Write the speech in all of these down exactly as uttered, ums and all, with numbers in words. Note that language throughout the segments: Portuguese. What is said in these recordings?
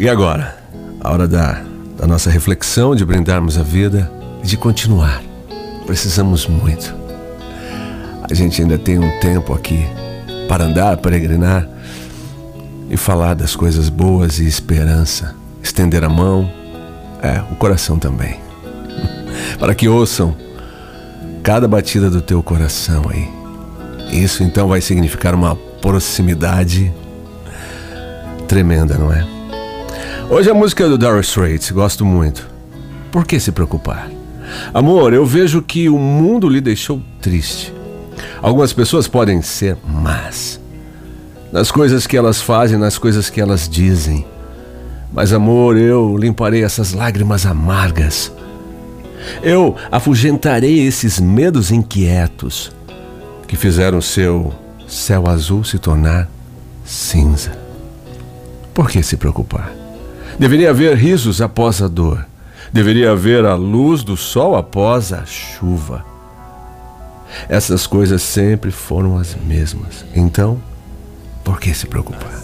E agora, a hora da, da nossa reflexão, de brindarmos a vida e de continuar. Precisamos muito. A gente ainda tem um tempo aqui para andar, peregrinar e falar das coisas boas e esperança. Estender a mão, é, o coração também. Para que ouçam cada batida do teu coração aí. Isso então vai significar uma proximidade tremenda, não é? Hoje a música é do Dire Straits, gosto muito. Por que se preocupar? Amor, eu vejo que o mundo lhe deixou triste. Algumas pessoas podem ser más nas coisas que elas fazem, nas coisas que elas dizem. Mas amor, eu limparei essas lágrimas amargas. Eu afugentarei esses medos inquietos que fizeram seu céu azul se tornar cinza. Por que se preocupar? Deveria haver risos após a dor. Deveria haver a luz do sol após a chuva. Essas coisas sempre foram as mesmas. Então, por que se preocupar?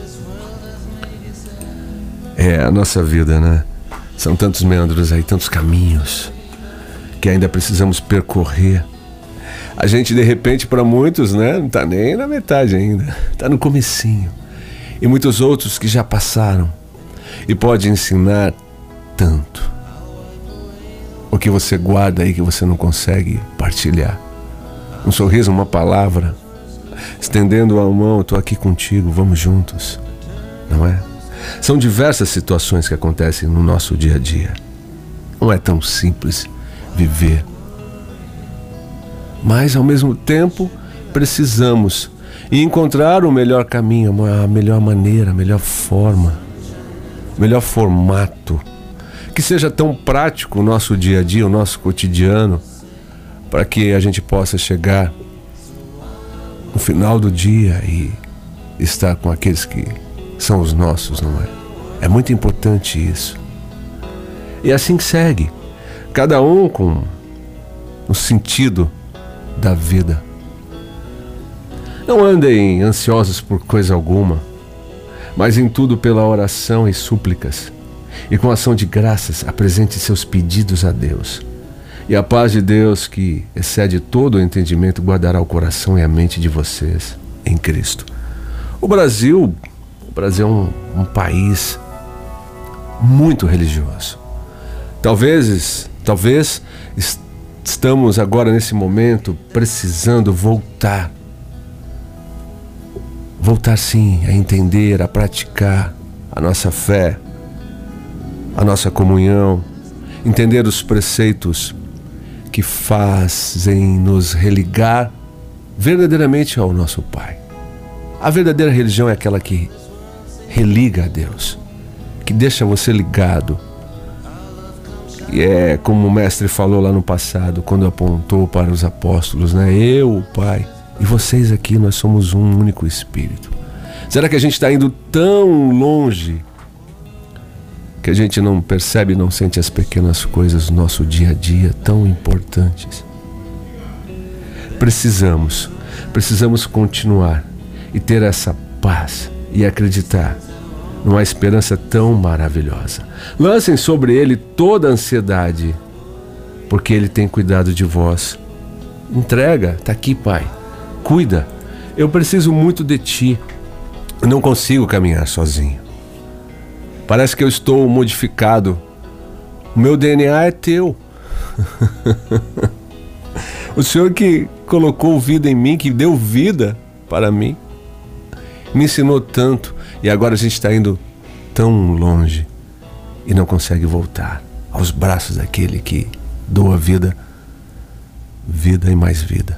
É a nossa vida, né? São tantos meandros aí, tantos caminhos que ainda precisamos percorrer. A gente, de repente, para muitos, né, não está nem na metade ainda. Está no comecinho. E muitos outros que já passaram. E pode ensinar tanto. O que você guarda aí que você não consegue partilhar. Um sorriso, uma palavra. Estendendo a mão, estou aqui contigo, vamos juntos. Não é? São diversas situações que acontecem no nosso dia a dia. Não é tão simples viver. Mas, ao mesmo tempo, precisamos encontrar o melhor caminho, a melhor maneira, a melhor forma, o melhor formato, que seja tão prático o nosso dia a dia, o nosso cotidiano, para que a gente possa chegar no final do dia e estar com aqueles que são os nossos, não é? É muito importante isso. E assim segue, cada um com o sentido da vida. Não andem ansiosos por coisa alguma, mas em tudo pela oração e súplicas, e com ação de graças apresente seus pedidos a Deus. E a paz de Deus, que excede todo o entendimento, guardará o coração e a mente de vocês em Cristo. O Brasil, o Brasil é um, um país muito religioso. Talvez, talvez estamos agora nesse momento precisando voltar. Voltar sim a entender, a praticar a nossa fé, a nossa comunhão, entender os preceitos que fazem nos religar verdadeiramente ao nosso Pai. A verdadeira religião é aquela que religa a Deus, que deixa você ligado. E é como o mestre falou lá no passado, quando apontou para os apóstolos, né? Eu, o Pai, e vocês aqui, nós somos um único Espírito. Será que a gente está indo tão longe que a gente não percebe, não sente as pequenas coisas do nosso dia a dia tão importantes? Precisamos, precisamos continuar e ter essa paz e acreditar numa esperança tão maravilhosa. Lancem sobre Ele toda a ansiedade, porque Ele tem cuidado de vós. Entrega, está aqui, Pai. Cuida. Eu preciso muito de Ti. Eu não consigo caminhar sozinho. Parece que eu estou modificado. O meu D N A é Teu. O Senhor que colocou vida em mim, que deu vida para mim, me ensinou tanto. E agora a gente está indo tão longe e não consegue voltar aos braços daquele que doa vida, vida e mais vida.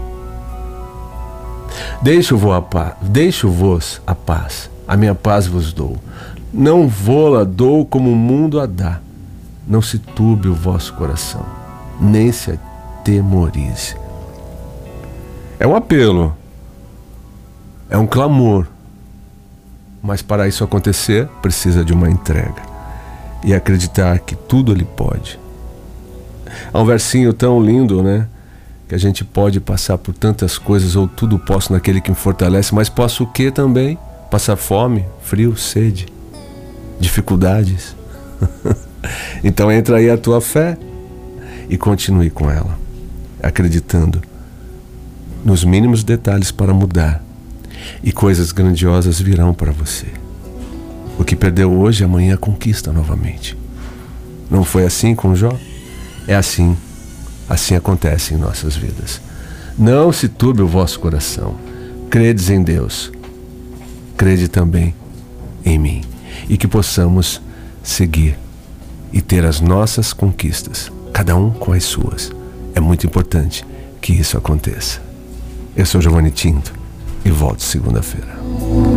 Deixo-vos a paz, deixo-vos a paz, a minha paz vos dou. Não vô-la dou como o mundo a dá. Não se turbe o vosso coração, nem se atemorize. É um apelo, é um clamor, mas para isso acontecer, precisa de uma entrega e acreditar que tudo Ele pode. Há um versinho tão lindo, né? Que a gente pode passar por tantas coisas, ou tudo posso naquele que me fortalece, mas posso o que também? Passar fome, frio, sede. dificuldades. Então entra aí a tua fé e continue com ela, acreditando nos mínimos detalhes para mudar, e coisas grandiosas virão para você. O que perdeu hoje, amanhã conquista novamente. Não foi assim com Jó? É assim. Assim acontece em nossas vidas. Não se turbe o vosso coração. Credes em Deus, crede também em mim. E que possamos seguir e ter as nossas conquistas, cada um com as suas. É muito importante que isso aconteça. Eu sou Giovanni Tinto e volto segunda-feira.